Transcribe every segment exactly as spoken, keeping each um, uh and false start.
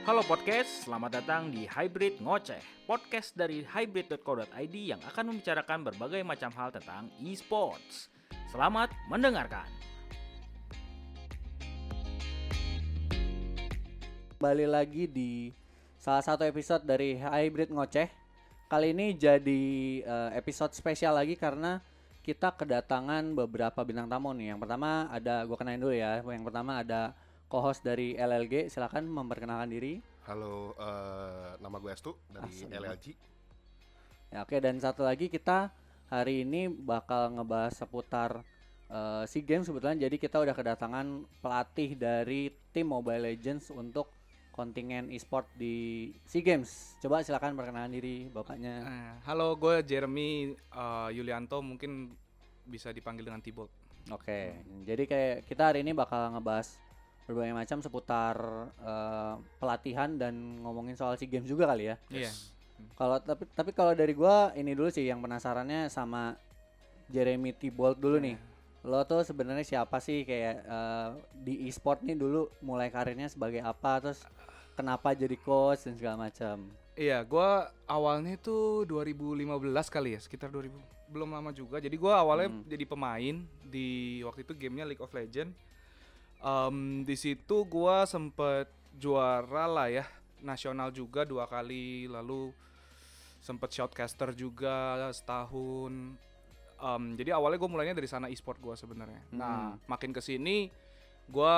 Halo podcast, selamat datang di Hybrid Ngoceh, podcast dari hybrid dot co dot i d yang akan membicarakan berbagai macam hal tentang e-sports. Selamat mendengarkan. Kembali lagi di salah satu episode dari Hybrid Ngoceh. Kali ini jadi uh, episode spesial lagi karena kita kedatangan beberapa bintang tamu nih. Yang pertama ada, gue kenalin dulu ya. Yang pertama ada co-host dari L L G, silakan memperkenalkan diri. Halo, uh, nama gue Astu dari Asem. L L G. Ya, oke, dan satu lagi kita hari ini bakal ngebahas seputar uh, SEA Games sebetulnya. Jadi kita udah kedatangan pelatih dari tim Mobile Legends untuk kontingen e-sport di SEA Games. Coba silakan perkenalan diri bapaknya. Uh, halo, gue Jeremy uh, Yulianto, mungkin bisa dipanggil dengan T-Bolt. Oke, hmm. jadi kayak kita hari ini bakal ngebahas berbagai macam seputar uh, pelatihan dan ngomongin soal SEA Games juga kali ya. Iya. Yes. Kalau tapi tapi kalau dari gua ini dulu sih yang penasarannya sama Jeremy T-Bolt dulu nih. Lo tuh sebenarnya siapa sih kayak uh, di e-sport nih dulu mulai karirnya sebagai apa, terus kenapa jadi coach dan segala macam. Iya, gue awalnya tuh dua ribu lima belas kali ya, sekitar dua ribu, belum lama juga. Jadi gue awalnya hmm. jadi pemain di waktu itu gamenya League of Legends. Um, di situ gue sempet juara lah ya, nasional juga dua kali, lalu sempet shoutcaster juga setahun. Um, jadi awalnya gue mulainya dari sana e-sport gue sebenarnya. Hmm. Nah, makin kesini gue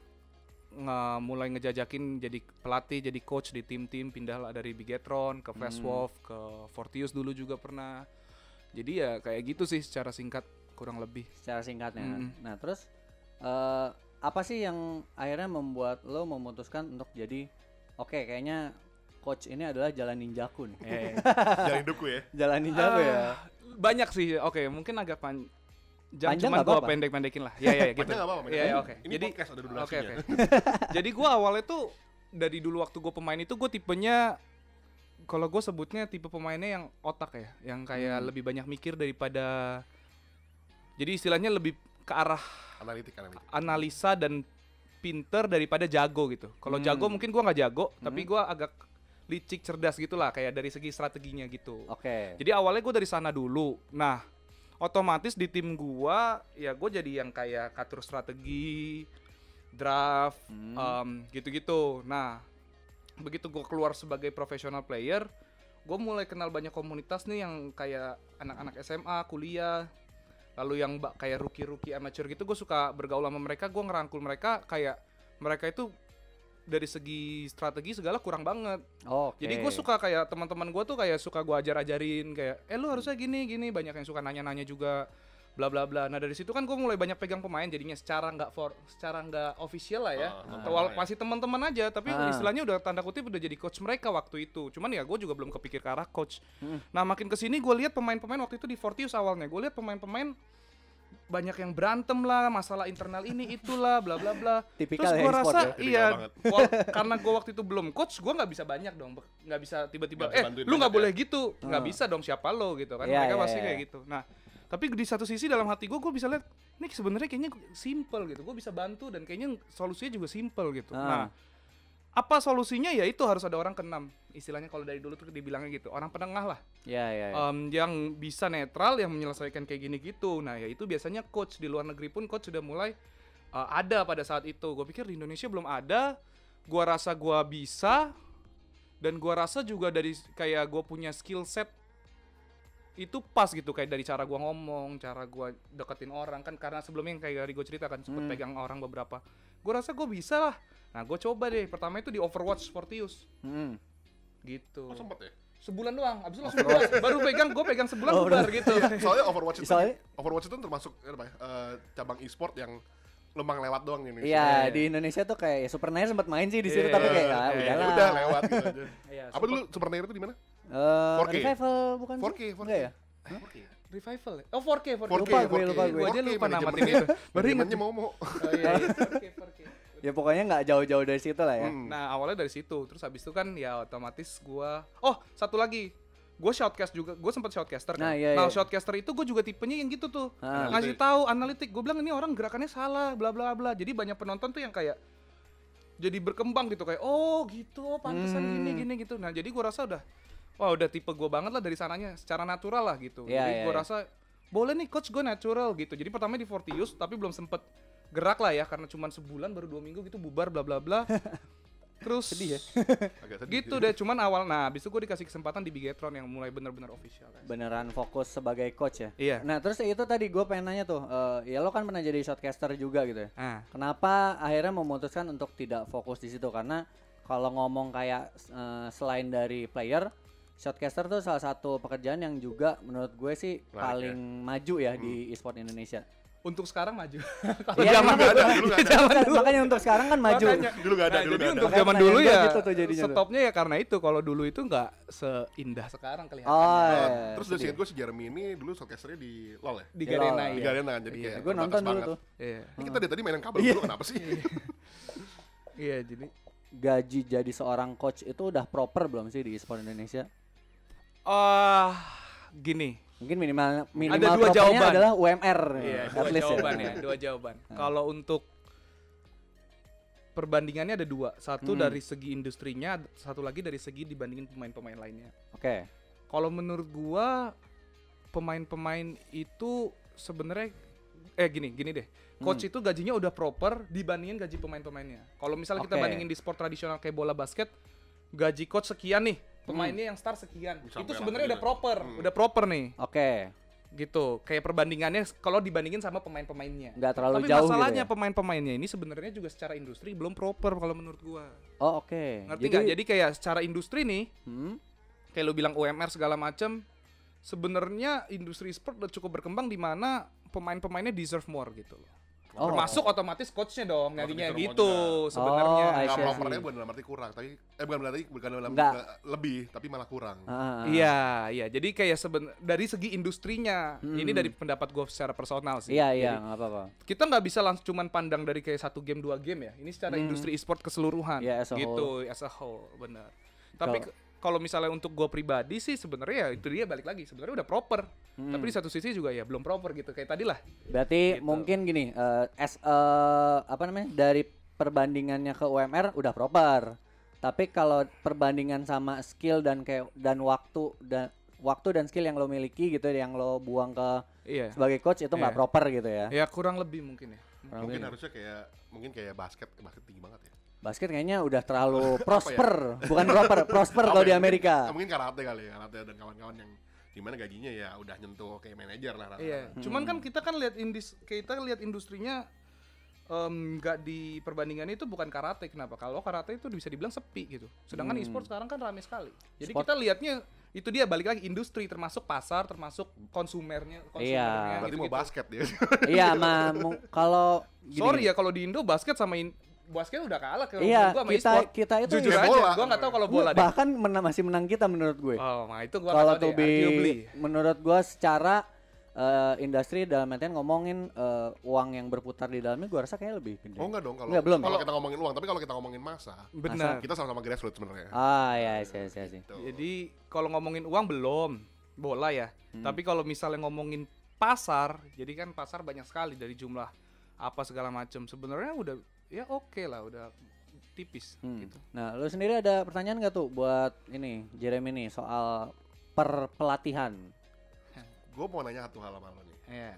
nge- mulai ngejajakin jadi pelatih, jadi coach di tim-tim, pindah lah dari Bigetron ke Fast Wolf, hmm. ke Fortius dulu juga pernah. Jadi ya kayak gitu sih secara singkat kurang lebih. Secara singkatnya. Hmm. Nah terus uh, apa sih yang akhirnya membuat lo memutuskan untuk jadi oke okay, kayaknya coach ini adalah jalan ninjaku nih. Eh. Jalan hidupku ya. Jalan ninjaku uh, ya. Banyak sih. Oke, okay, mungkin agak pan- jam panjang, cuman gua pendek-pendekin lah. Iya iya gitu. Panjang enggak apa-apa. Iya iya oke. Ini Jadi podcast ada durasinya. Oke okay, oke. Okay. Jadi gua awalnya tuh dari dulu waktu gua pemain itu gua tipenya kalau gua sebutnya tipe pemainnya yang otak ya, yang kayak hmm. lebih banyak mikir daripada, jadi istilahnya lebih ke arah analitik, analitik. analisa dan pinter daripada jago gitu. Kalau hmm. jago mungkin gua nggak jago, hmm. tapi gua agak licik, cerdas gitulah, kayak dari segi strateginya gitu. Oke. Okay. Jadi awalnya gua dari sana dulu. Nah, otomatis di tim gua ya gua jadi yang kayak ngatur strategi, draft, hmm. um, gitu-gitu. Nah, begitu gua keluar sebagai professional player, gua mulai kenal banyak komunitas nih yang kayak anak-anak S M A, kuliah. Lalu yang ba- kayak rookie-rookie amateur gitu, gue suka bergaul sama mereka, gue ngerangkul mereka, kayak mereka itu dari segi strategi segala kurang banget. Oh, okay. Jadi gue suka kayak teman-teman gue tuh kayak suka gue ajar-ajarin kayak, eh lu harusnya gini gini, banyak yang suka nanya-nanya juga, bla bla bla. Nah dari situ kan gue mulai banyak pegang pemain, jadinya secara nggak for, secara nggak official lah ya, uh, awal uh, masih teman-teman aja, tapi uh. istilahnya udah tanda kutip udah jadi coach mereka waktu itu. Cuman ya gue juga belum kepikir ke arah coach. Hmm. Nah makin kesini gue lihat pemain-pemain waktu itu di Fortius awalnya, gue lihat pemain-pemain banyak yang berantem lah, masalah internal ini itulah, bla bla bla. Tipikal terus gue rasa ya, iya, wal, karena gue waktu itu belum coach, gue nggak bisa banyak dong, nggak bisa tiba-tiba, eh lu nggak boleh ya? gitu, nggak hmm. bisa dong, siapa lo gitu kan, yeah, mereka yeah, pasti yeah. kayak gitu. Nah, tapi di satu sisi dalam hati gue, gue bisa lihat, ini sebenarnya kayaknya simple gitu, gue bisa bantu dan kayaknya solusinya juga simple gitu. Hmm. Nah, apa solusinya ya itu harus ada orang keenam, istilahnya kalau dari dulu tuh dibilangnya gitu, orang penengah lah. Ya, ya, ya. Um, yang bisa netral, yang menyelesaikan kayak gini gitu. Nah ya itu biasanya coach di luar negeri pun coach sudah mulai uh, ada pada saat itu. Gue pikir di Indonesia belum ada. Gue rasa gue bisa, dan gue rasa juga dari kayak gue punya skill set itu pas gitu, kayak dari cara gue ngomong, cara gue deketin orang kan, karena sebelumnya yang kayak dari gue cerita kan sempet hmm. pegang orang beberapa. Gue rasa gue bisa lah. Nah gue coba deh, pertama itu di Overwatch Fortius hmm. gitu. Oh sempet ya? Sebulan doang, abis itu langsung bubar. Baru pegang, gue pegang sebulan oh, bubar gitu. Soalnya Overwatch itu, Soalnya? Overwatch itu termasuk apa ya, uh, cabang e-sport yang lembang lewat doang ini. Iya, di Indonesia tuh kayak ya, Super Nair sempat main sih di situ, yeah, tapi kayak ah, yeah, udahlah. Udah lewat gitu aja. Yeah, apa dulu Super Nair itu di mana? Uh, Revival bukan? four K, four K. Enggak ya? Huh? four K. Revival ya? Oh four K, four K. Lupa gue, lupa gue. Gue aja lupa nama tim itu. Baru ingatnya mau mau. Oh iya, four K, four K. Ya pokoknya nggak jauh-jauh dari situ lah ya. Hmm. Nah awalnya dari situ, terus habis itu kan ya otomatis gue, oh satu lagi, gue shoutcast juga, gue sempat shoutcaster kan. Nah, iya, nah iya. shoutcaster itu gue juga tipenya yang gitu tuh, ah. ngasih tahu analitik. Gue bilang ini orang gerakannya salah, bla bla bla. Jadi banyak penonton tuh yang kayak jadi berkembang gitu kayak oh gitu, pantesan Hmm. gini gini gitu. Nah jadi gue rasa udah, wah udah tipe gue banget lah dari sananya, secara natural lah gitu. Iya, jadi iya, gue iya. rasa boleh nih coach gue natural gitu. Jadi pertama di Fortius tapi belum sempet gerak lah ya karena cuma sebulan baru dua minggu gitu bubar bla bla bla. Terus Sedih ya. Agak sedih. gitu deh, cuman awal nah abis itu gue dikasih kesempatan di Bigetron yang mulai benar-benar official kan. Beneran fokus sebagai coach ya. Iya. Nah terus itu tadi gue pengen nanya tuh, eh, ya lo kan pernah jadi shotcaster juga gitu ya. Ah, Kenapa akhirnya memutuskan untuk tidak fokus di situ? Karena kalau ngomong kayak eh, selain dari player, shotcaster tuh salah satu pekerjaan yang juga menurut gue sih Menarik paling maju ya di e-sport Indonesia. untuk sekarang maju. Iya, Zaman makanya- nggak ada, dulu nggak ada. Makanya- makanya untuk sekarang kan maju. Makanya. Dulu nggak ada, Nah, dulu jadi nggak ada. untuk Makanya zaman pertanyaan dulu gua ya gitu tuh jadinya tuh. stopnya ya karena itu kalau dulu itu nggak seindah sekarang kelihatannya. Oh, Nah, iya, terus sedih. dari singkat gue si Jeremy ini dulu showcasternya di LoL ya? Di Di Garena LOL. Di ya. Garena kan, jadi Iya. kayak Gue terbatas nonton dulu banget. tuh. Iya. Ini kita dari tadi mainin kabel dulu, kenapa sih? Iya, jadi Gaji jadi seorang coach itu udah proper belum sih di e-sport Indonesia? ah gini. Mungkin minimal minimal Ada dua propernya jawaban. adalah U M R. Iya, at dua least jawaban ya, dua jawaban. Kalau untuk perbandingannya ada dua. Satu Hmm. dari segi industrinya, satu lagi dari segi dibandingin pemain-pemain lainnya. Oke. Kalau menurut gua pemain-pemain itu sebenarnya eh gini, gini deh. Coach itu gajinya udah proper dibandingin gaji pemain-pemainnya. Kalau misalnya kita Oke. bandingin di sport tradisional kayak bola basket, gaji coach sekian nih, pemainnya yang star sekian. Sampai itu lah sebenarnya gitu. udah proper, Hmm. udah proper nih. Oke. Gitu. Kayak perbandingannya kalau dibandingin sama pemain-pemainnya. Nggak terlalu Tapi jauh masalahnya gitu ya? pemain-pemainnya ini sebenarnya juga secara industri belum proper kalau menurut gua. Oh, oke. Ngerti nggak? Jadi kayak secara industri nih, hmm, kayak lu bilang U M R segala macam, sebenarnya industri sport udah cukup berkembang di mana pemain-pemainnya deserve more gitu loh. Oh. Termasuk otomatis coachnya dong, Oh, nyarinya deserve more gitu juga. sebenarnya. Oh, I Nggak see, I propernya see. bukan dalam arti kurang, tapi eh bukan berarti bukan dalam Nggak. nggak lebih, tapi malah kurang. ah, ah, ah. Iya, iya. Jadi kayak seben dari segi industrinya, Hmm. ini dari pendapat gue secara personal sih. Iya, iya, Jadi, nggak apa-apa. kita nggak bisa langsung cuman pandang dari kayak satu game dua game ya. Ini secara Hmm. industri e-sport keseluruhan. Iya, as a gitu, as a whole, benar. Tapi Kalau- ke- kalau misalnya untuk gue pribadi sih sebenarnya ya itu dia balik lagi. Sebenarnya udah proper. Hmm. Tapi di satu sisi juga ya belum proper gitu kayak tadi lah. Berarti Gitu. mungkin gini, eh, as eh, apa namanya? Dari perbandingannya ke U M R udah proper. Tapi kalau perbandingan sama skill dan kayak dan waktu dan waktu dan skill yang lo miliki gitu yang lo buang ke Iya. sebagai coach itu nggak Iya. proper gitu ya. Ya kurang lebih mungkin ya. Kurang Mungkin lebih. harusnya kayak mungkin kayak basket, basket tinggi banget ya. Basket kayaknya udah terlalu prosper, bukan proper, prosper kalau Apa di ya, mungkin- Amerika. Mungkin karate kali ya, karate dan kawan-kawan yang dimana gajinya ya udah nyentuh kayak manajer lah. rata-rata. Iya. Cuman kan kita kan lihat indis kita lihat industrinya em, nggak di perbandingan itu bukan karate. Kenapa? Kalau karate itu bisa dibilang sepi gitu. Sedangkan Hmm. e-sport sekarang kan rame sekali. Jadi Sport- kita lihatnya itu dia balik lagi industri termasuk pasar termasuk konsumernya. konsumernya Berarti mau gitu-gitu. basket dia. Iya, ma mu- kalau gini- Sorry ya kalau di Indo basket sama in, basket udah kalah kalau Iya, menurut gua sama kita e-sport. kita itu Jujur ya aja, bola. gua nggak tahu kalau bola deh. bahkan mena- masih menang kita menurut gue. Oh, nah itu gua Kalau nggak tahu tuh deh, arguably. menurut gua secara eh, industri dalam artian ngomongin eh, uang yang berputar di dalamnya gua rasa kayaknya lebih gede. Oh enggak dong kalau Enggak, belum. kalau kita ngomongin uang, tapi kalau kita ngomongin masa, Benar. kita sama-sama grassroots sebenarnya. Ah, ya, saya saya sih. Gitu. Jadi kalau ngomongin uang belum bola ya. Hmm. Tapi kalau misalnya ngomongin pasar, jadi kan pasar banyak sekali dari jumlah apa segala macam. Sebenarnya udah ya oke lah, udah tipis Hmm. gitu. Nah, lu sendiri ada pertanyaan nggak tuh buat ini Jeremy nih soal perpelatihan? Gue mau nanya satu hal sama lo nih. Iya.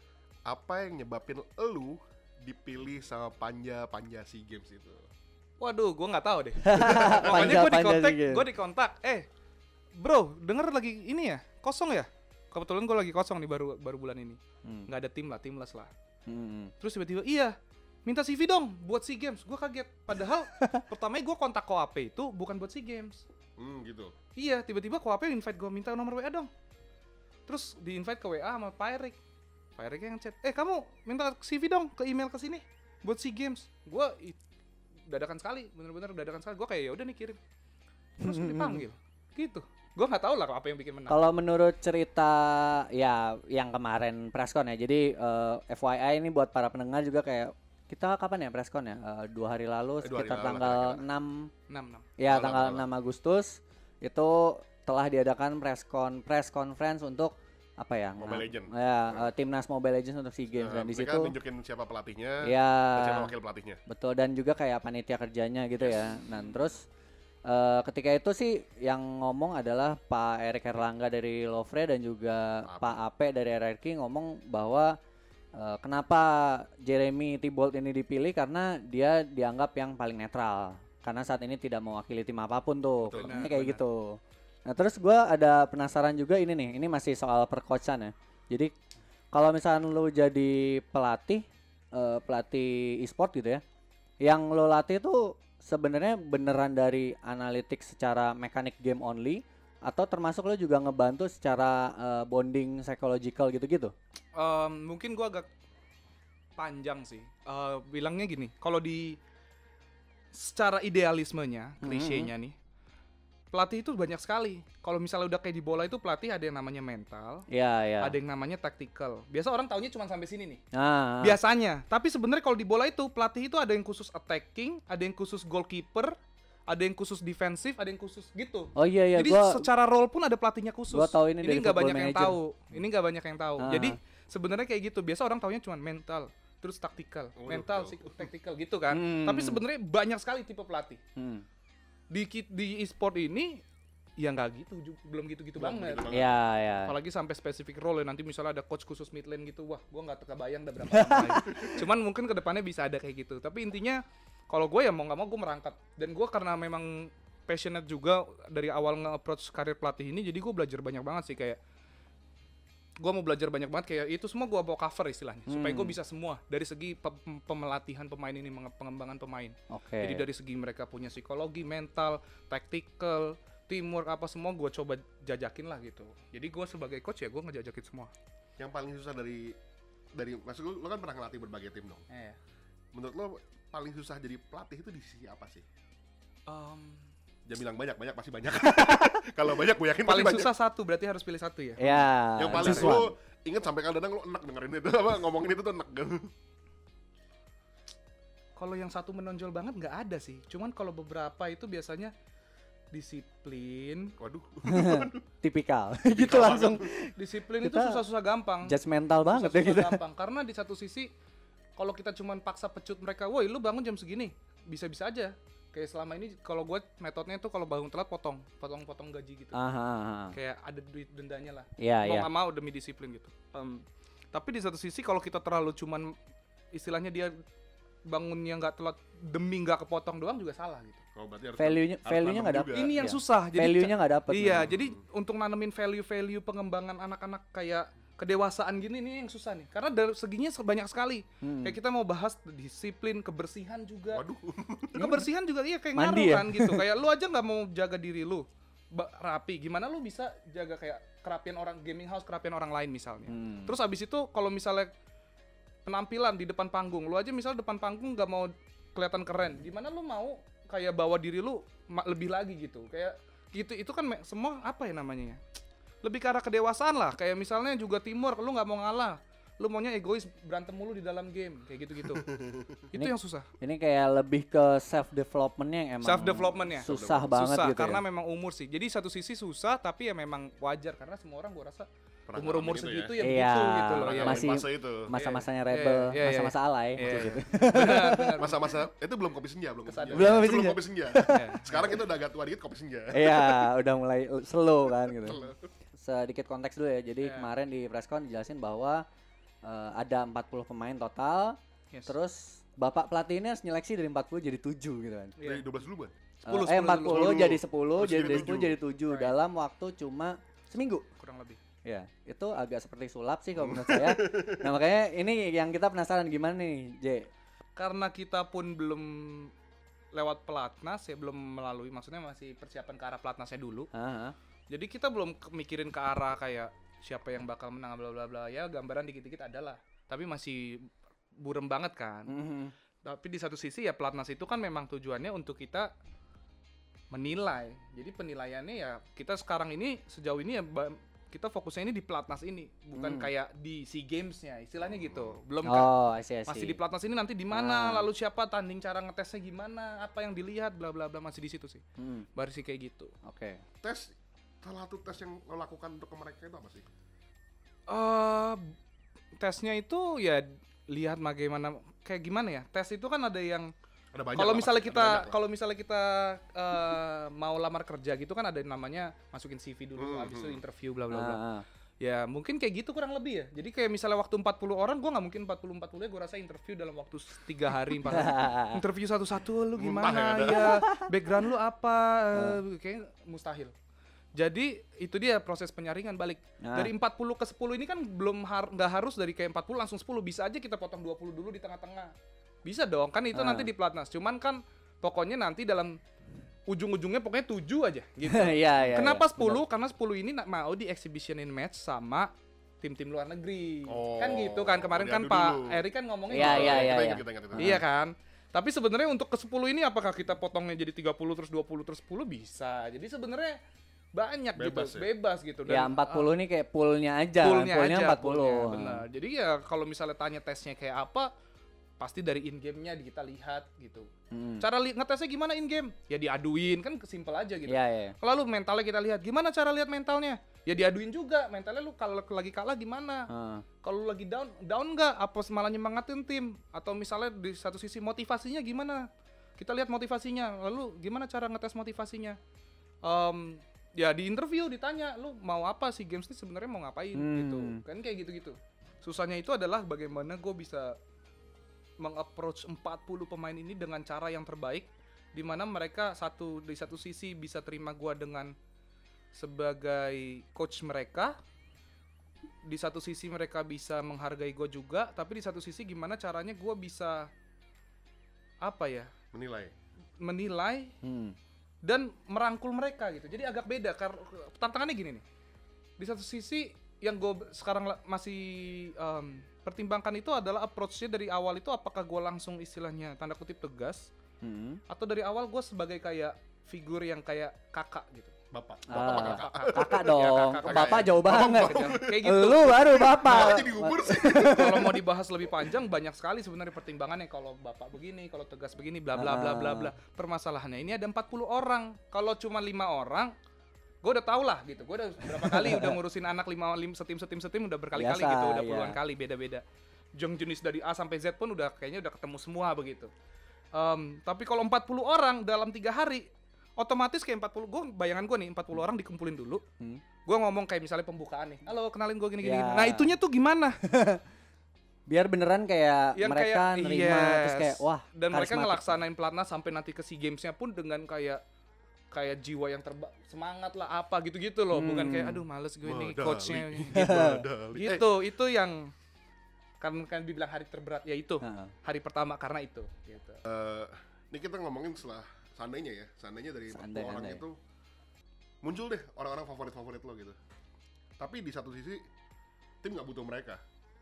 Apa yang nyebabin elu dipilih sama panja-panja SEA Games itu? Waduh, gua nggak tahu deh. Pokoknya gue Panja-panja dikontak, sih, gue dikontak. Eh, bro, denger lagi ini ya, kosong ya? Kebetulan gue lagi kosong nih baru baru bulan ini. Hmm. Nggak ada tim lah, timless lah. Hmm. Terus tiba-tiba iya, minta C V dong buat SEA Games. Gue kaget. Padahal pertamanya gue kontak K O A P itu bukan buat SEA Games. Hmm gitu. Iya, tiba-tiba K O A P invite gue minta nomor W A dong. Terus di invite ke W A sama Pak Erik. Pak Erik yang chat, eh kamu minta C V dong ke email ke sini buat SEA Games. Gue dadakan sekali, bener-bener dadakan sekali. Gue kayak ya udah nih kirim. Terus gua dipanggil, gitu. Gue nggak tahu lah apa yang bikin menang. Kalau menurut cerita ya yang kemarin preskon ya, jadi eh, F Y I ini buat para pendengar juga kayak kita kapan ya preskon ya? Eh, dua hari lalu Eh, dua hari sekitar lalu lah tanggal kira-kira. enam enam enam. ya Malam, tanggal malam. enam Agustus itu telah diadakan preskon press conference untuk apa ya? Mobile nga- Legend. Ya, uh, timnas Mobile Legends untuk SEA Games Nah, dan di mereka situ nunjukin siapa pelatihnya ya dan siapa wakil pelatihnya. betul dan juga kayak panitia kerjanya gitu ya. Nah, terus uh, ketika itu sih yang ngomong adalah Pak Erik Erlangga dari Lovre dan juga Pak Pak Ape dari R R Q ngomong bahwa uh, kenapa Jeremy Thibault ini dipilih karena dia dianggap yang paling netral karena saat ini tidak mewakili tim apapun tuh. Betul. Katanya Benar, kayak benar. gitu. Nah, terus gua ada penasaran juga ini nih. Ini masih soal percoachan ya. Jadi kalau misalnya lu jadi pelatih eh, pelatih e-sport gitu ya, yang lo latih tuh sebenarnya beneran dari analitik secara mekanik game only atau termasuk lo juga ngebantu secara eh, bonding psychological gitu-gitu? Em, mungkin gua agak panjang sih. Eh, bilangnya gini, kalau di secara idealismenya, Hmm. klisenya nih, pelatih itu banyak sekali. Kalau misalnya udah kayak di bola itu pelatih ada yang namanya mental, Ya, ya. ada yang namanya tactical. Biasa orang taunya cuma sampai sini nih. Nah, Biasanya. Tapi sebenarnya kalau di bola itu pelatih itu ada yang khusus attacking, ada yang khusus goalkeeper, ada yang khusus defensif, ada yang khusus gitu. oh iya ya, Jadi gua secara role pun ada pelatihnya khusus. gua tahu ini dari nggak Football banyak yang Manager. tahu. Ini nggak banyak yang tahu. Ah. Jadi sebenarnya kayak gitu. Biasa orang taunya cuma mental, terus taktikal, Oh, mental, betul. sik- tactical gitu kan. Hmm. Tapi sebenarnya banyak sekali tipe pelatih. hmm. Di ki- di e-sport ini ya nggak gitu, ju- belum gitu-gitu Belum banget. gitu banget. Ya, ya. Apalagi sampai spesifik role ya, nanti misalnya ada coach khusus mid lane gitu, wah gua nggak terbayang dah berapa lama lagi. Cuman mungkin kedepannya bisa ada kayak gitu. Tapi intinya kalau gue ya mau nggak mau gue merangkap, dan gue karena memang passionate juga dari awal nge-approach karir pelatih ini, jadi gue belajar banyak banget sih. Kayak gue mau belajar banyak banget, kayak itu semua gue bawa cover istilahnya, supaya gue Hmm. bisa semua dari segi pe- pemelatihan pemain ini, menge- pengembangan pemain. Oke. Jadi dari segi mereka punya psikologi, mental, tactical, teamwork, apa semua gue coba jajakin lah gitu. Jadi gue sebagai coach ya gue ngejajakin semua. Yang paling susah dari dari maksud lu, lu kan pernah ngelatih berbagai tim dong. Eh, Menurut lo paling susah jadi pelatih itu di sisi apa sih? um, Jangan bilang banyak, banyak pasti banyak. Kalau banyak gue yakin paling pasti banyak. susah satu, berarti harus pilih satu ya. Ya. Yang paling this lu one. inget sampai kadang-kadang lu enak dengerin itu apa ngomongin itu tuh enak gitu. Kalau yang satu menonjol banget nggak ada sih. Cuman kalau beberapa itu biasanya disiplin. Waduh. Tipikal. gitu langsung Disiplin itu Kita susah-susah gampang. judgmental banget ya Susah-susah kita. gampang. Karena di satu sisi kalau kita cuman paksa pecut mereka, woi lu bangun jam segini, bisa-bisa aja. Kayak selama ini kalau gue metodenya tuh kalau bangun telat potong, potong-potong gaji gitu. Aha, aha. Kayak ada duit dendanya lah. Iya, Mau iya. nggak mau demi disiplin gitu. Em, tapi di satu sisi kalau kita terlalu cuman istilahnya dia bangunnya nggak telat demi nggak kepotong doang juga salah gitu. Oh, berarti harus Value-nya harus value-nya nanam nggak juga. dapet. Ini yang Iya. susah. Jadi Value-nya nggak dapet. Iya, memang. jadi untuk nanemin value-value pengembangan anak-anak kayak kedewasaan gini nih yang susah nih. Karena dari seginya banyak sekali. Hmm. Kayak kita mau bahas disiplin, kebersihan juga. Waduh. Kebersihan juga iya kayak Mandi ngaruh ya? kan gitu. Kayak lu aja nggak mau jaga diri lu ba- rapi. Gimana lu bisa jaga kayak kerapian orang gaming house, kerapian orang lain misalnya. Hmm. Terus abis itu kalau misalnya penampilan di depan panggung, lu aja misalnya depan panggung nggak mau kelihatan keren, gimana lu mau kayak bawa diri lu ma- lebih lagi gitu, kayak gitu itu kan me- semua apa ya namanya ya, lebih ke arah kedewasaan lah. Kayak misalnya juga teamwork, lu nggak mau ngalah, lu maunya egois berantem mulu di dalam game kayak gitu-gitu. Itu Ini- yang susah. Ini kayak lebih ke self developmentnya yang emang Self developmentnya susah banget susah gitu karena ya. memang umur sih. Jadi satu sisi susah tapi ya memang wajar karena semua orang gua rasa Pernah umur-umur ngalamin segitu itu ya Iya, begitu gitu loh. Pernah Ya. ngalamin masih- fase itu. Masa-masanya Iya, rebel, iya, iya, masa-masa alay Iya. kayak gitu. Benar, benar. Masa-masa itu belum kopi senja, belum kopi Kesadaran. senja. Belum kopi Sebelum senja. kopi senja. Iya. Sekarang kita udah agak tua dikit kopi senja. Iya, udah mulai slow kan gitu. Sedikit konteks dulu ya. Jadi Iya. kemarin di presscon dijelasin bahwa eh, ada empat puluh pemain total. Yes. Terus Bapak pelatih ini harus nyeleksi dari empat puluh jadi tujuh gitu kan. Iya. Dari dua belas dulu, Ban. sepuluh, Eh, eh sepuluh empat dulu. puluh sepuluh jadi dulu. sepuluh, Terus jadi jadi dari sepuluh tujuh. jadi tujuh Right. dalam waktu cuma seminggu. Kurang lebih. Ya, itu agak seperti sulap sih kalau menurut saya. Nah, makanya ini yang kita penasaran gimana nih, J. Karena kita pun belum lewat pelatnas ya, belum melalui, maksudnya masih persiapan ke arah pelatnasnya dulu. Heeh. Jadi kita belum ke- mikirin ke arah kayak siapa yang bakal menang bla bla bla, ya gambaran dikit-dikit adalah. Tapi masih burem banget kan. Mhm. Tapi di satu sisi ya pelatnas itu kan memang tujuannya untuk kita menilai. Jadi penilaiannya ya kita sekarang ini sejauh ini ya ba- kita fokusnya ini di pelatnas ini, bukan Hmm. kayak di SEA Games-nya, istilahnya gitu. Belum kan Oh, I see, I see. masih di pelatnas ini nanti di mana, Ah. lalu siapa tanding, cara ngetesnya gimana, apa yang dilihat, bla bla bla, masih di situ sih. Hmm, Baru sih kayak gitu. Oke. Tes salah satu tes yang lo lakukan untuk ke mereka itu apa sih? Uh, tesnya itu ya lihat bagaimana kayak gimana ya. Tes itu kan ada yang Ada banyak kalau lah, misalnya pasti. kita Ada banyak lah. kalau misalnya kita uh, mau lamar kerja gitu kan ada yang namanya masukin C V dulu, Hmm, habis itu hmm. interview bla bla bla. Ah, ah. Ya mungkin kayak gitu kurang lebih ya. Jadi kayak misalnya waktu empat puluh orang, gue nggak mungkin empat puluh empat puluh ya gue rasa interview dalam waktu tiga hari empat hari. Interview satu-satu lu Muntah gimana ya, ya, background lu apa, uh, kayaknya mustahil. Jadi itu dia proses penyaringan balik. Nah. Dari empat puluh ke sepuluh ini kan belum har- nggak harus dari kayak empat puluh langsung sepuluh, bisa aja kita potong dua puluh dulu di tengah-tengah. Bisa dong, kan itu Ah. nanti di pelatnas. Cuman kan pokoknya nanti dalam ujung-ujungnya pokoknya tujuh aja gitu. Iya, iya. Kenapa iya, sepuluh? Karena sepuluh ini na- mau di exhibitionin match sama tim-tim luar negeri. Oh, Kan gitu kan. Kemarin kan diadu Pak dulu. Eri kan ngomongin Iya, gitu. iya, iya. Kita ingat, kita ingat, kita ingat. Iya kan? Tapi sebenarnya untuk ke sepuluh ini apakah kita potongnya jadi tiga puluh terus dua puluh terus sepuluh bisa. Jadi sebenarnya banyak Bebas gitu, ya? bebas gitu. Ya empat puluh nih kayak poolnya aja. poolnya aja, empat puluh. poolnya, benar. Jadi ya kalau misalnya tanya tesnya kayak apa, pasti dari in game-nya kita lihat gitu. Hmm. Cara li- ngetesnya gimana in game? Ya diaduin, kan simpel aja gitu. Iya, iya. Lalu mentalnya kita lihat, gimana cara lihat mentalnya? Ya diaduin juga, mentalnya lu kalau lagi kalah gimana? Ah. Kalau lu lagi down, down nggak? Apa malah nyemangatin tim? Atau misalnya di satu sisi motivasinya gimana? Kita lihat motivasinya, lalu gimana cara ngetes motivasinya? Em, ya di interview ditanya, lu mau apa sih games ini sebenarnya mau ngapain Hmm. gitu? Kan kayak gitu-gitu. Susahnya itu adalah bagaimana gue bisa meng-approach empat puluh pemain ini dengan cara yang terbaik, di mana mereka satu di satu sisi bisa terima gua dengan sebagai coach mereka, di satu sisi mereka bisa menghargai gua juga, tapi di satu sisi gimana caranya gua bisa apa ya, Menilai. menilai Hmm. dan merangkul mereka gitu. Jadi agak beda karena tantangannya gini nih. Di satu sisi yang gue sekarang la- masih em, pertimbangkan itu adalah approach-nya dari awal itu apakah gue langsung istilahnya tanda kutip tegas Hmm. atau dari awal gue sebagai kayak figur yang kayak kakak gitu. Bapak. Bapak Ah, apa kakak? kakak dong. kakak, kakak, Bapak ya. jauh banget. Kayak gitu. Lu baru Bapak bapak. jadi gugur sih. Kalau mau dibahas lebih panjang banyak sekali sebenarnya pertimbangannya. Kalau bapak begini, kalau tegas begini, bla bla bla bla bla. Permasalahannya ini ada empat puluh orang. Kalau cuma lima orang, gue udah tau lah gitu. Gue udah berapa kali udah ngurusin anak lima, lim, setim setim setim udah berkali-kali Biasa, gitu, udah puluhan iya. kali beda-beda. Jong jenis dari A sampai Z pun udah kayaknya udah ketemu semua begitu. Em, tapi kalau empat puluh orang dalam tiga hari, otomatis kayak empat puluh, gue bayangan gue nih empat puluh orang dikumpulin dulu. Hmm. Gue ngomong kayak misalnya pembukaan nih, halo kenalin gue gini-gini. Ya. Nah itunya tuh gimana? Biar beneran kayak Yang mereka kayak, nerima yes. terus kayak wah. Dan mereka karismatik. ngelaksanain pelatnas sampai nanti ke SEA Games-nya pun dengan kayak kayak jiwa yang terba semangat lah apa gitu-gitu loh, bukan Hmm. kayak aduh males gue nih Medali. coachnya gitu. Medali. Eh, Gitu, itu yang kan kan dibilang hari terberat ya itu Heeh. hari pertama karena itu gitu. eh, ini kita ngomongin setelah seandainya ya, seandainya dari empat puluh Seandai- orang andai. itu muncul deh orang-orang favorit-favorit lo gitu. Tapi di satu sisi tim nggak butuh mereka.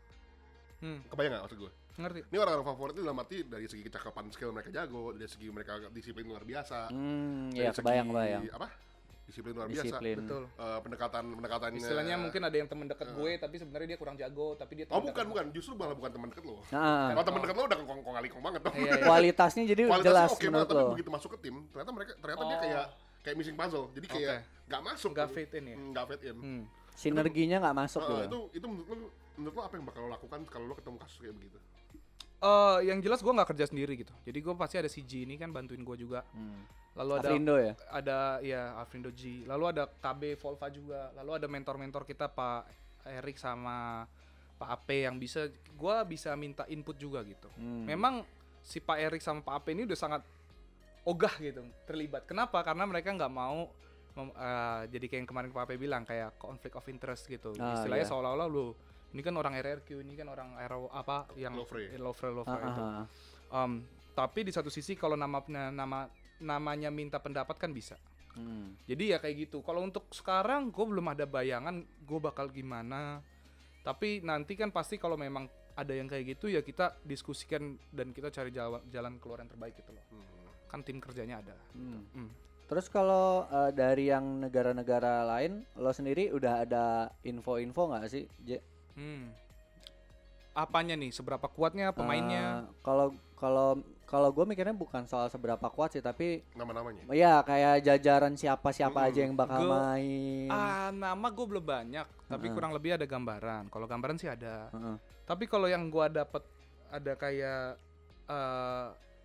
Hmm, Kebayang nggak maksud gue? ngerti. Ini orang-orang favorit itu dalam arti dari segi kecakapan skill mereka jago, dari segi mereka disiplin luar biasa. Hmm, dari ya segi, kebayang kebayang. Apa? Disiplin luar Disiplin. Betul. biasa. Eh, pendekatan pendekatannya. Istilahnya mungkin ada yang temen deket gue tapi sebenarnya dia kurang jago tapi dia Oh temen bukan deket bukan, justru malah bukan teman deket lo. Nah, Kalau teman deket lo udah kong kong kali kong banget dong. Iya, iya. kualitasnya jadi Kualitasnya jelas oke banget, menurut tapi lo. begitu masuk ke tim, ternyata mereka ternyata dia Oh. kayak kayak missing puzzle. Jadi kayak Oke. nggak masuk. Nggak tuh. fit in ya? Hmm, Nggak fit in. Hmm. Sinerginya nggak masuk Eh, gitu. itu itu menurut lo menurut lo apa yang bakal lo lakukan kalau lo ketemu kasus kayak begitu? Eh, yang jelas gue nggak kerja sendiri gitu. Jadi gue pasti ada si G ini kan bantuin gue juga. Hmm. Lalu ada Afrindo ya. ada ya Afrindo G. Lalu ada K B Volva juga. Lalu ada mentor-mentor kita Pak Erik sama Pak A P yang bisa gua bisa minta input juga gitu. Hmm. Memang si Pak Erik sama Pak A P ini udah sangat ogah gitu terlibat. Kenapa? Karena mereka nggak mau mem- eh, jadi kayak yang kemarin Pak A P bilang kayak conflict of interest gitu. Ah, Istilahnya iya. seolah-olah lu ini kan orang R R Q, ini kan orang aero apa yang Lovre. eh, Lovre Lovre Ah, itu. ah, ah. Um, tapi di satu sisi kalau nama nama namanya minta pendapat kan bisa. Hmm. Jadi ya kayak gitu. Kalau untuk sekarang gue belum ada bayangan gue bakal gimana. Tapi nanti kan pasti kalau memang ada yang kayak gitu ya kita diskusikan dan kita cari jalan jalan keluar yang terbaik gitu loh. Hmm. Kan tim kerjanya ada. Hmm. Hmm. Terus kalau eh, dari yang negara-negara lain, lo sendiri udah ada info-info nggak sih, J? Hmm. apanya nih, seberapa kuatnya pemainnya? Eh, Kalau kalau kalau gue mikirnya bukan soal seberapa kuat sih, tapi Nama-namanya. ya kayak jajaran siapa-siapa Mm-mm. aja yang bakal Gua- main. Ah, nama gue belum banyak, tapi Heeh. kurang lebih ada gambaran. Kalau gambaran sih ada. Heeh. Tapi kalau yang gua dapet ada kayak eh,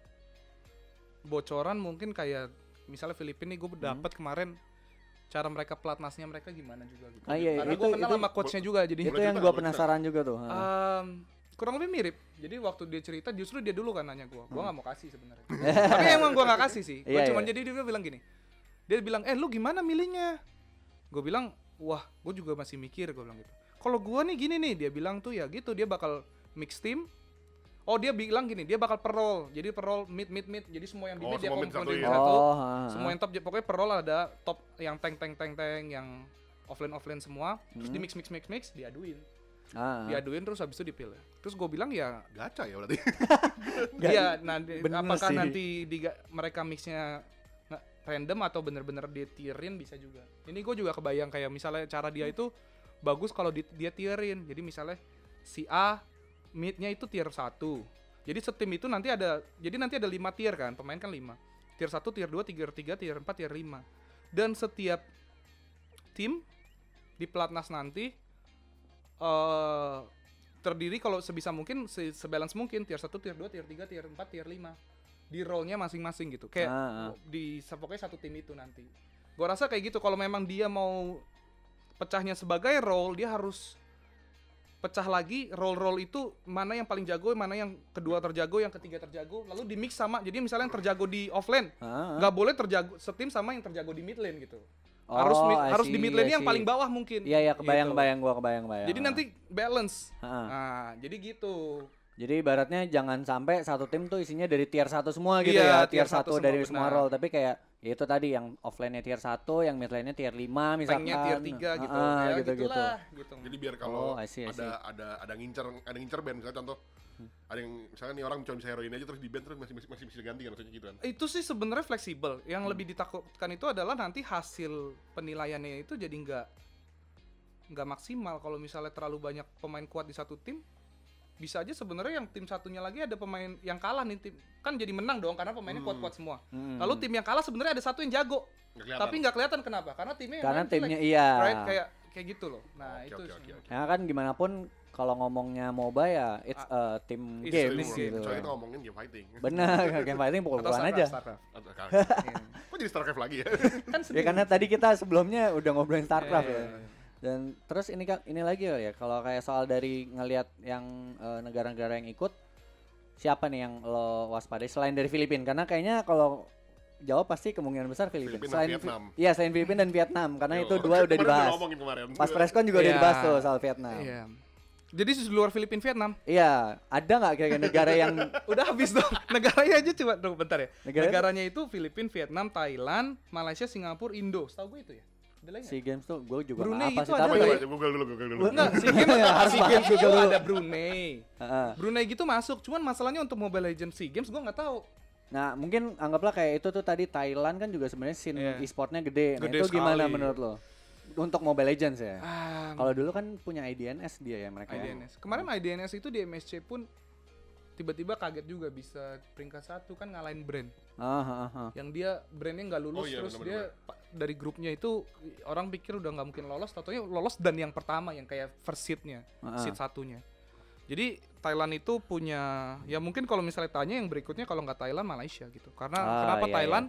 bocoran mungkin kayak misalnya Filipina nih gue dapet kemarin cara mereka pelatnasnya mereka gimana juga gitu. Ah, iya, Karena itu- gue kenal itu- sama coachnya juga jadi. Itu Boleh yang cerita, gue boleh penasaran juga tuh. Heeh. Em, kurang lebih mirip. Jadi waktu dia cerita justru dia dulu kan nanya gue. Gue Hmm. nggak mau kasih sebenarnya. Tapi emang gue nggak kasih sih. Gue Iya, cuma iya. jadi dia bilang gini. Dia bilang, eh lu gimana milihnya? Gue bilang, wah gue juga masih mikir. Gue bilang gitu. Kalau gue nih gini nih, dia bilang tuh ya gitu. Dia bakal mix team. Oh dia bilang gini, dia bakal per roll. Jadi per roll mid mid mid. Jadi semua yang di Oh, mid dia semua mid konfrontin satu ya. satu. Oh, ha, Semua yang top, pokoknya per roll ada top yang tank tank tank tank yang offlane offlane semua. Terus Hmm. di mix mix mix mix diaduin. ah, ah. Diaduin terus habis itu dipilih. Terus gue bilang ya Gacha ya berarti. Nggak- iya, nanti bener apakah sih. nanti di, mereka mixnya nggak random atau bener-bener dia tierin bisa juga. Ini gue juga kebayang kayak misalnya cara dia itu bagus kalau di, dia tierin. Jadi misalnya si A midnya itu tier satu. Jadi setim itu nanti ada, jadi nanti ada lima tier kan, pemain kan lima. Tier satu, tier dua, tier tiga, tier empat, tier lima. Dan setiap tim di pelatnas nanti eh terdiri kalau sebisa mungkin se sebalance mungkin tier satu, tier dua, tier tiga, tier empat, tier lima di role-nya masing-masing gitu. Kayak Ah, ah. di pokoknya satu tim itu nanti. Gua rasa kayak gitu kalau memang dia mau pecahnya sebagai role, dia harus pecah lagi role-role itu mana yang paling jago, mana yang kedua terjago, yang ketiga terjago, lalu di mix sama. Jadi misalnya yang terjago di offlane Ah, ah. nggak boleh terjago setim sama yang terjago di mid lane gitu. Oh, harus mid, I harus see, di mid I lane yang see. paling bawah mungkin. Iya, iya, kebayang, Gitu. kebayang gua, kebayang, kebayang. Jadi nanti balance. Ah, ah. Nah, jadi gitu. Jadi ibaratnya jangan sampai satu tim tuh isinya dari tier satu semua gitu Iya, ya, tier tier satu satu dari semua, semua benar. role, tapi kayak ya itu tadi yang offline-nya tier satu, yang mid lane-nya tier lima misalkan. Tanknya tier tiga gitu. Ah, Ya, gitu, gitu. gitulah, gitu. Jadi biar kalau Oh, I see, I see. ada ada ada ngincer ada ngincer band misalnya contoh ada yang misalnya nih orang cuma bisa hero ini aja terus di band terus masih masih, masih bisa ganti kan maksudnya gitu kan. Itu sih sebenarnya fleksibel. Yang Hmm. lebih ditakutkan itu adalah nanti hasil penilaiannya itu jadi nggak nggak maksimal kalau misalnya terlalu banyak pemain kuat di satu tim. Bisa aja sebenarnya yang tim satunya lagi ada pemain yang kalah nih tim kan jadi menang dong karena pemainnya Hmm. kuat-kuat semua. Hmm. Lalu tim yang kalah sebenarnya ada satu yang jago, Nggak kelihatan. tapi nggak kelihatan kenapa? Karena timnya yang Karena lain timnya jelek. iya. Right? Kayak kayak gitu loh. Nah, Oke, itu oke, sih. oke, oke. Ya kan gimana pun kalau ngomongnya MOBA ya it's a team It's game a team gitu. game. Soalnya kita ngomongin game fighting. Benar, game fighting Atau pukul-pukulan Starcraft, aja. Starcraft. Atau- Iya. Kok jadi Starcraft lagi ya? Kan Ya sedih. karena tadi kita sebelumnya udah ngobrolin StarCraft Iya, ya. iya, iya. Dan terus ini kan ini lagi ya kalau kayak soal dari ngelihat yang eh, negara-negara yang ikut siapa nih yang lo waspadai selain dari Filipina karena kayaknya kalau jawab pasti kemungkinan besar Filipina. Filipina, Selain Vietnam. Vi- Iya, selain Filipina dan Vietnam karena itu Yo. dua udah Kemarin dibahas. ngomongin kemarin. Pas preskon juga udah Iya. dibahas tuh soal Vietnam. Iya. Jadi di luar Filipina Vietnam Iya, ada nggak kira-kira negara yang udah habis dong. Negaranya aja coba tunggu bentar ya. Negara- Negaranya itu Filipina, Vietnam, Thailand, Malaysia, Singapura, Indo. Setahu gue itu ya. Ada lagi nggak? SEA Games tuh gue juga Brunei nggak apa itu sih ada tapi Coba, nggak coba, Google dulu, Google dulu. Enggak, SEA Games, Harus SEA banget Games itu dulu. ada Brunei. Heeh. Brunei gitu masuk, cuman masalahnya untuk Mobile Legends SEA Games gue nggak tahu. Nah, mungkin anggaplah kayak itu tuh tadi Thailand kan juga sebenarnya scene Iya. e-sportnya gede. Nah, Gede itu gimana sekali. menurut lo? Untuk Mobile Legends ya. Ah, Kalau dulu kan punya I D N S dia ya mereka. I D ya. N S. Kemarin I D N S itu di M S C pun tiba-tiba kaget juga bisa peringkat satu kan ngalahin brand. Ah, ah, ah. Yang dia brandnya nggak lulus Oh iya, terus benar-benar. dia pa- dari grupnya itu i- orang pikir udah nggak mungkin lolos, tatonya lolos dan yang pertama yang kayak first seednya, Ah. seed satunya. Jadi Thailand itu punya ya mungkin kalau misalnya tanya yang berikutnya kalau nggak Thailand Malaysia gitu. Karena Ah, kenapa iya, Thailand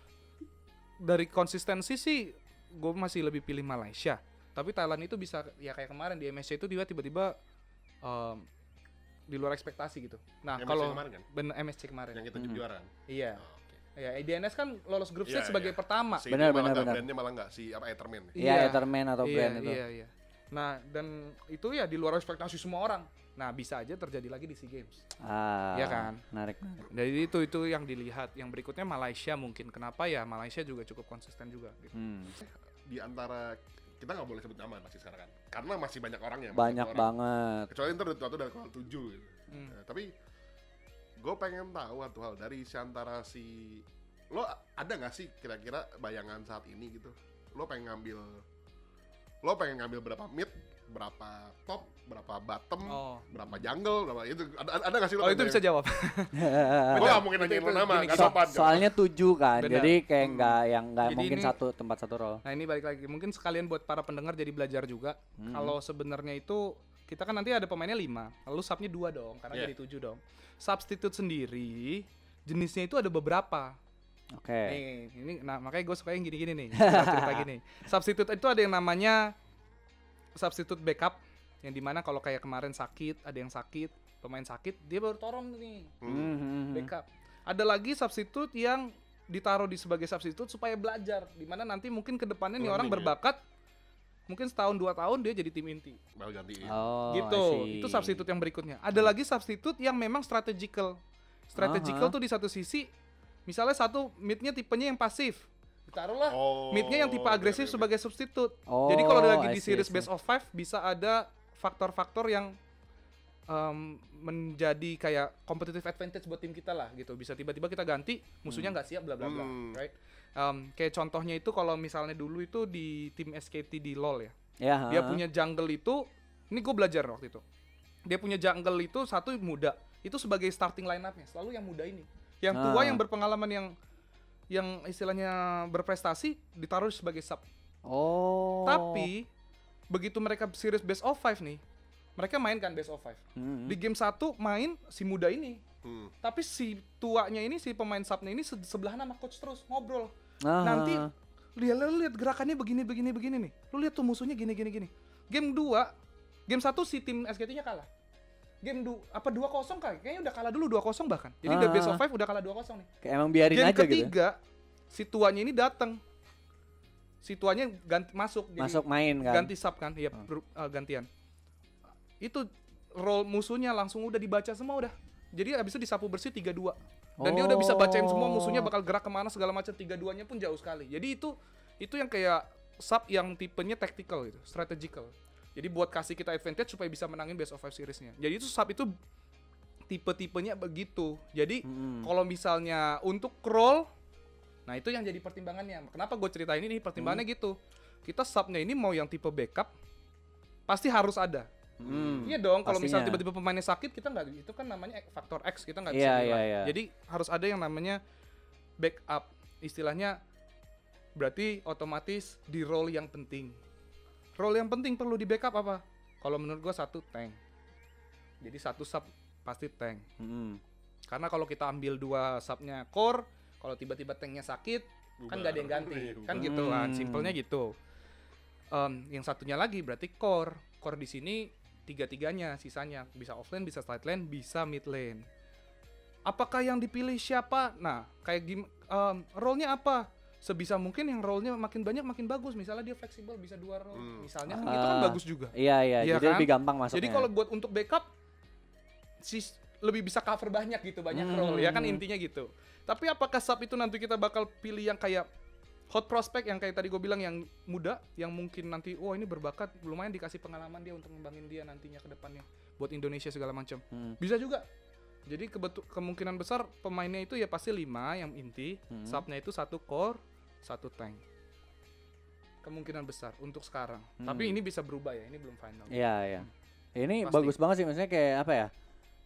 dari konsistensi sih gue masih lebih pilih Malaysia. Tapi Thailand itu bisa ya kayak kemarin di M S C itu dia tiba-tiba em, di luar ekspektasi gitu. Nah M S C kalau kemarin kan? bener M S C kemarin, Yang kita Hmm. juara kan? iya. Oh, oke. Ya, I D N S kan lolos grup Iya, stage sebagai iya. pertama. Si Benar, itu malah benar, nggak, benar. brandnya malah nggak si apa Etherman. ya? Iya, Etherman atau iya, brand itu. Iya, iya. Nah, dan itu ya di luar ekspektasi semua orang. Nah, bisa aja terjadi lagi di SEA Games. Ah. Iya kan? Menarik, menarik. Jadi itu itu yang dilihat. Yang berikutnya Malaysia mungkin. Kenapa ya? Malaysia juga cukup konsisten juga gitu. Hmm. Di antara kita nggak boleh sebut nama masih sekarang kan, karena masih banyak orang ya. Banyak banget. Kecuali ntar udah tuh dari kelas tujuh gitu. Hmm. Nah, tapi gue pengen tahu satu hal dari si antara si lo ada nggak sih kira-kira bayangan saat ini gitu? Lo pengen ngambil lo pengen ngambil berapa mid berapa top, berapa bottom, Oh. berapa jungle, berapa itu ada ada nggak sih? Oh itu bisa jawab. Gue nggak mungkin nanyain lo nama, Gini, nggak So- sopan. soalnya tujuh kan, Benar. jadi kayak Hmm. nggak yang nggak Jadi mungkin ini- satu tempat satu role. Nah ini balik lagi, mungkin sekalian buat para pendengar jadi belajar juga. Hmm. Kalau sebenarnya itu kita kan nanti ada pemainnya lima, lalu subnya dua dong, karena Iya. jadi tujuh dong. Substitute sendiri jenisnya itu ada beberapa. Oke. Nih, ini nah makanya gue suka yang gini-gini nih. Cerita cerita gini. Substitute itu ada yang namanya substitute backup, yang dimana kalau kayak kemarin sakit, ada yang sakit, pemain sakit, dia baru torong nih. Hmm, hmm, hmm. Backup. Ada lagi substitute yang ditaruh di sebagai substitute supaya belajar, dimana nanti mungkin kedepannya nih orang Learning ya. berbakat, mungkin setahun dua tahun dia jadi tim inti. Baru gantiin. Oh, gitu. I see. Itu substitute yang berikutnya. Ada lagi substitute yang memang strategical. Strategical Aha. tuh di satu sisi, misalnya satu midnya tipenya yang pasif, ditaruhlah Oh, midnya yang tipe oke, agresif oke, oke. sebagai substitute. Oh, Jadi kalau lagi I di see, I series see. best of five bisa ada faktor-faktor yang em, menjadi kayak competitive advantage buat tim kita lah gitu. Bisa tiba-tiba kita ganti, musuhnya nggak siap bla bla bla, Hmm. right? Em, kayak contohnya itu kalau misalnya dulu itu di tim S K T di LoL ya. Ya, Dia ha. punya jungle itu, ini gue belajar waktu itu. Dia punya jungle itu satu muda, itu sebagai starting line up-nya, selalu yang muda ini. Yang tua Ah. yang berpengalaman yang yang istilahnya berprestasi ditaruh sebagai sub. Oh. Tapi begitu mereka series best of five nih, mereka main kan best of five. Hmm. Di game satu main si muda ini, Hmm. tapi si tuanya ini, si pemain subnya ini se- sebelahan sama coach terus ngobrol. Ah, Nanti lihat lu lihat gerakannya begini begini begini nih. Lu lihat tuh musuhnya gini gini gini. Game dua, game satu si tim S K T-nya kalah. Game dua apa dua kosong kali? Kayaknya udah kalah dulu dua kosong bahkan. Jadi udah best of five udah kalah dua kosong nih. kayak emang biarin Game aja gitu. ketiga, si tuanya ini datang. Si tuanya ganti masuk jadi Masuk main kan. ganti sub kan? Iya, ber- uh, gantian. Itu role musuhnya langsung udah dibaca semua udah. Jadi abis itu disapu bersih tiga dua. Dan dia udah bisa bacain semua musuhnya bakal gerak kemana segala macam, tiga duanya pun jauh sekali. Jadi itu itu yang kayak sub yang tipenya tactical gitu, strategical. Jadi buat kasih kita advantage supaya bisa menangin best of five seriesnya. Jadi itu sub itu tipe-tipenya begitu. Jadi Hmm. kalau misalnya untuk roll, nah itu yang jadi pertimbangannya. Kenapa gue ceritain ini? Pertimbangannya gitu. Kita subnya ini mau yang tipe backup, pasti harus ada. Hmm. Iya dong, kalau pastinya. misalnya tiba-tiba pemainnya sakit, kita nggak, itu kan namanya faktor X, kita nggak bisa Iya, nilai. iya, iya. Jadi harus ada yang namanya backup, istilahnya berarti otomatis di role yang penting. Role yang penting perlu di backup apa? Kalau menurut gua satu tank. Jadi satu sub pasti tank. Hmm. Karena kalau kita ambil dua subnya core, kalau tiba-tiba tanknya sakit, kan nggak ada yang ganti, kan gitu kan, Hmm. simpelnya gitu. Em, yang satunya lagi berarti core, core di sini tiga-tiganya, sisanya bisa offlane, bisa side lane, bisa mid lane. Apakah yang dipilih siapa? Nah, kayak gim, em, role-nya apa? Sebisa mungkin yang role-nya makin banyak makin bagus. Misalnya dia fleksibel bisa dua role, Hmm. misalnya kan itu kan Ah. bagus juga. Iya, iya, Iya jadi kan? lebih gampang masuknya. Jadi kalau buat untuk backup si lebih bisa cover banyak gitu, banyak Hmm. role ya kan intinya gitu. Tapi apakah sub itu nanti kita bakal pilih yang kayak hot prospect yang kayak tadi gue bilang yang muda, yang mungkin nanti oh ini berbakat, lumayan dikasih pengalaman dia untuk ngembangin dia nantinya ke depannya buat Indonesia segala macam. Hmm. Bisa juga. Jadi kebetu- kemungkinan besar pemainnya itu ya pasti lima yang inti, Hmm. subnya itu satu core, satu tank. Kemungkinan besar untuk sekarang. Hmm. Tapi ini bisa berubah ya, ini belum final. Iya, iya. Ini Pasti. bagus banget sih, maksudnya kayak apa ya?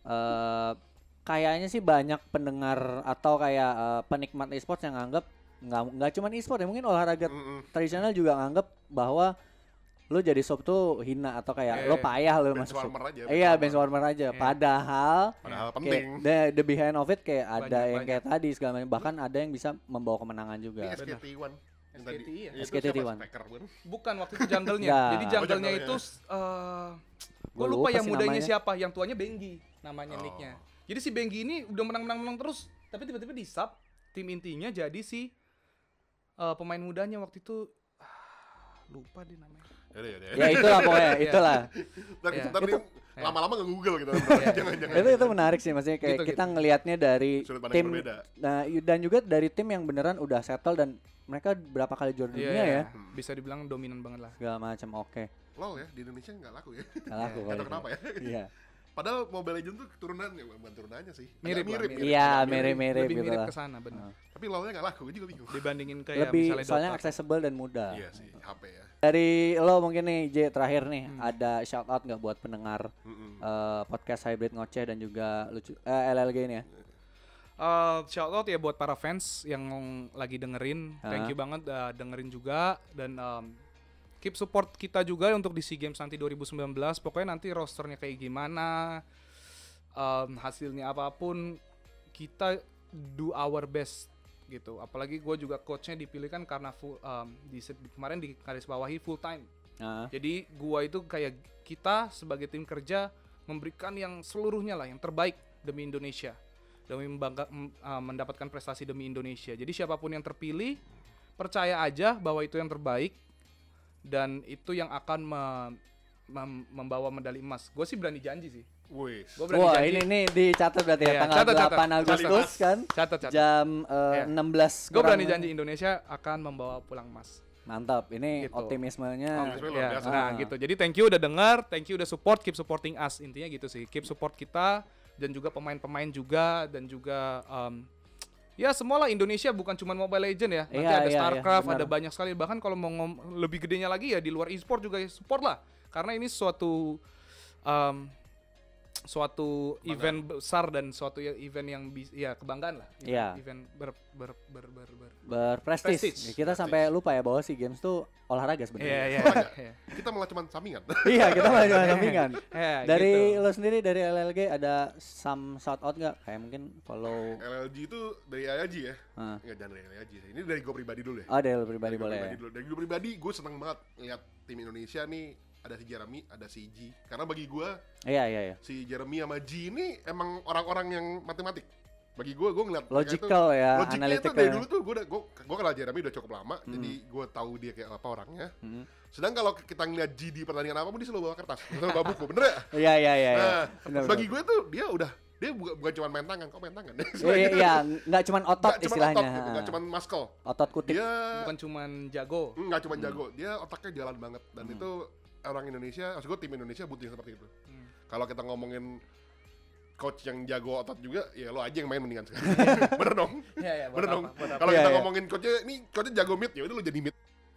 Eh kayaknya sih banyak pendengar atau kayak eh, penikmat e-sports yang nganggap nggak nggak cuma e-sport ya, mungkin olahraga Mm-mm. tradisional juga nganggap bahwa lu jadi sub tuh hina atau kayak Eh, lu payah lu masuk sub. Benchwarmer aja. Iya, benchwarmer. benchwarmer aja. Iya. Padahal Padahal kayak penting. the, the behind of it kayak ada Banyak, yang kayak tadi segala macam, bahkan ada yang bisa membawa kemenangan Ini juga. S K T One. Yang tadi. S K T, iya. Itu S K T siapa? One. Speaker, bukan? Bukan waktu itu jungle-nya. Nggak. Jadi Oh, jungle-nya jungle-nya. itu uh, Gua gue lupa lupa yang sih mudanya namanya. siapa, yang tuanya Bengi namanya Oh. nicknya. Jadi si Bengi ini udah menang-menang-menang terus, tapi tiba-tiba di sub tim intinya jadi si uh, pemain mudanya waktu itu ah, lupa deh namanya. Yaudah, yaudah. Ya itulah pokoknya, Iya. itulah. Ntar, Iya. ntar Itu- nih lama-lama nge Google gitu. Iya. Jangan-jangan. itu itu menarik sih, maksudnya kayak Gitu, kita gitu. ngelihatnya dari Sudut pandang tim yang berbeda. nah, y- dan juga dari tim yang beneran udah settle dan mereka berapa kali juara Iya, dunia ya, Hmm. bisa dibilang dominan banget lah. segala macam. Oke, LOL ya, di Indonesia nggak laku ya. nggak laku Nggak kali tahu itu. kenapa ya. Iya. Padahal Mobile Legends tuh turunannya, bukan turunannya sih. Agak Mirip lah, mirip. mirip. ya. Iya, Agak mirip-mirip Lebih gitu mirip lah. ke sana benar. Tapi LoL-nya nggak laku, gue juga bingung. Dibandingin kayak Lebih misalnya soalnya Dota. accessible dan mudah. Iya sih, H P ya. Dari lo mungkin nih J terakhir nih Hmm. ada shout out nggak buat pendengar Mm-mm. eh, podcast Hybrid Ngoceh dan juga lucu eh, L L G ini ya? Uh, shout out ya buat para fans yang lagi dengerin. Thank Ah. you banget uh, dengerin juga dan um, keep support kita juga untuk di SEA Games nanti dua ribu sembilan belas. Pokoknya nanti rosternya kayak gimana, um, hasilnya apapun kita do our best gitu. Apalagi gue juga coachnya dipilih kan karena full, um, di, di kemarin di garis bawahi full time. Ah. Jadi gua itu kayak kita sebagai tim kerja memberikan yang seluruhnya lah, yang terbaik demi Indonesia, demi membangga, m- uh, mendapatkan prestasi demi Indonesia. Jadi siapapun yang terpilih, percaya aja bahwa itu yang terbaik dan itu yang akan me- mem- membawa medali emas. Gue sih berani janji sih. Wih. Gue berani Wah janji. ini nih dicatat berarti ya Iya, tanggal catat, catat. delapan Agustus kan Catat, catat. jam eh, Iya. enam belas. Gue berani kurang- janji Indonesia akan membawa pulang emas. Mantap, ini Gitu. optimismenya. Optimisme luar Ya, biasa. nah Ah. gitu. Jadi thank you udah dengar, thank you udah support, keep supporting us. Intinya gitu sih. Keep support kita dan juga pemain-pemain juga dan juga um, ya semualah Indonesia bukan cuma Mobile Legend ya. Nanti Iya, ada iya, iya, StarCraft, benar. ada banyak sekali. Bahkan kalau mau ngom- lebih gedenya lagi ya di luar e-sport juga ya support lah. Karena ini suatu um, suatu event besar dan suatu ya- event yang bis- ya kebanggaan lah. Event, Iya. Event ber ber ber ber, ber. Berprestis. Prestige. Ya, kita sampai lupa ya bahwa SEA Games tuh olahraga Iya, sebenarnya. iya. Olahraga. iya. Kita malah cuma sampingan. Iya, kita malah cuma sampingan. Ya, Dari gitu. lo sendiri dari L L G ada some shout out nggak? Kayak mungkin follow. L L G itu dari L L G ya? Ah. Enggak, jangan dari L L G sih. Ini dari gue pribadi dulu ya. Oh, dari lo pribadi Dari gua boleh. pribadi dulu. Dari gue pribadi, gue seneng banget lihat tim Indonesia nih. Ada si Jeremy, ada si G. Karena bagi gue, Iya, iya, iya. si Jeremy sama G ini emang orang-orang yang matematik. Bagi gue, gue ngeliat mereka Logical tuh, ya, logiknya tuh analytical. dari dulu tuh gue udah, gue, gue kenal Jeremy udah cukup lama, jadi gue tahu dia kayak apa orangnya. Hmm. Sedang kalau kita ngeliat G di pertandingan apapun, dia selalu bawa kertas, selalu bawa buku, bener ya? Iya, iya, iya. iya. Nah, Benar, bagi gue tuh dia udah, dia bukan, bukan cuma main tangan, kok main tangan? Iya, iya, iya, nggak cuman otot Nggak cuma istilahnya. otot gitu, nggak cuma muscle. Otot kutip. Dia Bukan cuman jago. nggak cuma jago, dia otaknya jalan banget. Dan itu orang Indonesia, maksud gue tim Indonesia butuh yang seperti itu. Hmm. Kalau kita ngomongin coach yang jago otot juga, ya lo aja yang main mendingan sekarang. Bener dong? Iya, iya, Bener dong? Kalau Iya, kita iya. ngomongin coachnya, ini coachnya jago mid, ya udah lo jadi mid.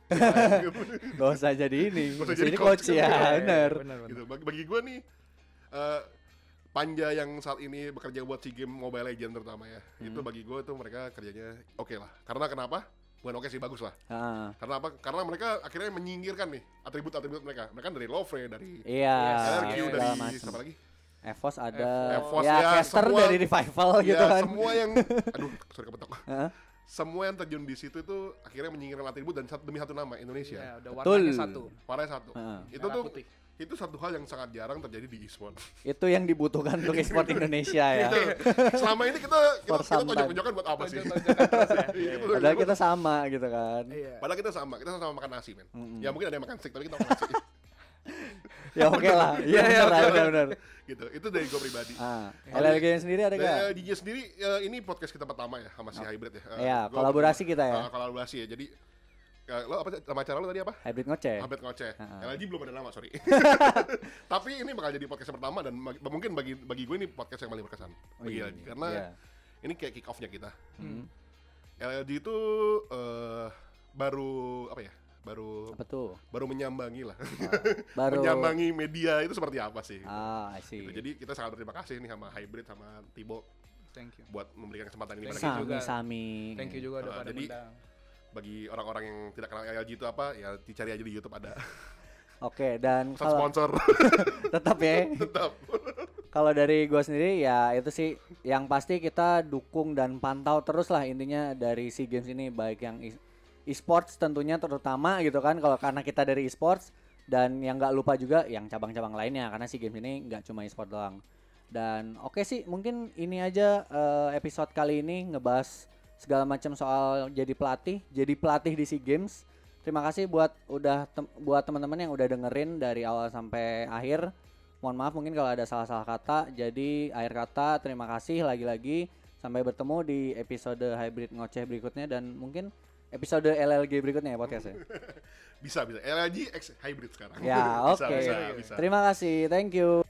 Gak usah jadi ini. Gak usah Jadi jadi coach coach. ya, Iya, bener. Benar, benar. gitu. Bagi, bagi gue nih, eh, Panja yang saat ini bekerja buat SEA Games Mobile Legends terutama ya, itu bagi gue tuh mereka kerjanya oke lah. Karena kenapa? Bukan oke sih, bagus lah. Ah, Karena apa? Karena mereka akhirnya menyingkirkan nih atribut-atribut mereka. Mereka dari Lovre, dari iya. L R Q, yes, dari segala macem. siapa lagi? Evos ada. Evos, ya, ya, caster semua- dari Revival gitu Ya, kan. semua yang, aduh, sorry kebetok. Heeh. Semua yang terjun di situ itu akhirnya menyingkirkan atribut dan satu demi satu nama Indonesia. Ya, udah Betul. warnanya satu. Warnanya satu. Heeh. Itu Merah tuh putih. itu satu hal yang sangat jarang terjadi di e-sport. Itu yang dibutuhkan untuk e-sport Indonesia ya. Gitu. Selama ini kita kita, For kita some time. tonjok-tonjokan buat apa sih? Tonjok-tonjokan terus ya. Iya, gitu. Padahal kita sama gitu kan. Iya. Padahal kita sama, kita sama makan nasi, men. Mm-mm. Ya mungkin ada yang makan steak, tapi kita makan nasi. Ya oke lah. Iya Iya, iya, benar, oke, benar, benar. gitu. Itu dari gue pribadi. Ah, L L G sendiri ada Dan gak? eh, D J sendiri eh, ini podcast kita pertama ya sama si Hybrid ya. Eh, Iya, gua- kolaborasi kita ya. eh, kolaborasi ya. Jadi eh, lo apa nama acara lo tadi apa? Hybrid ngoceh. Hybrid ngoceh. Ah. L L G belum ada nama, sorry. Tapi ini bakal jadi podcast yang pertama dan mag- mungkin bagi bagi gue ini podcast yang paling berkesan Oh, bagi iya. L L G karena Iya. ini kayak kick off-nya kita. Hmm. L L G itu eh, baru apa ya? Baru Apa tuh? baru menyambangi lah. Baru. menyambangi media itu seperti apa sih? Ah, I see. Gitu. Jadi kita sangat berterima kasih nih sama Hybrid sama Tibo Thank you. buat memberikan kesempatan ini Thank pada you kita. juga. Sami-sami. Thank you juga udah Uh, pada jadi- undang. Bagi orang-orang yang tidak kenal L L G itu apa, ya dicari aja di YouTube ada. Oke, dan Pesan kalau sponsor tetap ya. tetap. Kalau dari gua sendiri ya itu sih yang pasti kita dukung dan pantau terus lah intinya dari SEA Games ini baik yang e- e-sports tentunya terutama gitu kan kalau karena kita dari e-sports dan yang nggak lupa juga yang cabang-cabang lainnya karena SEA Games ini nggak cuma e-sport doang. Dan oke sih mungkin ini aja eh, episode kali ini ngebahas segala macam soal jadi pelatih, jadi pelatih di SEA Games. Terima kasih buat udah tem- buat teman-teman yang udah dengerin dari awal sampai akhir. Mohon maaf mungkin kalau ada salah-salah kata. Jadi akhir kata terima kasih lagi-lagi. Sampai bertemu di episode Hybrid Ngoceh berikutnya dan mungkin episode L L G berikutnya ya podcastnya. Bisa bisa. L L G X Hybrid sekarang. Ya Bisa, oke. bisa, bisa. Terima kasih. Thank you.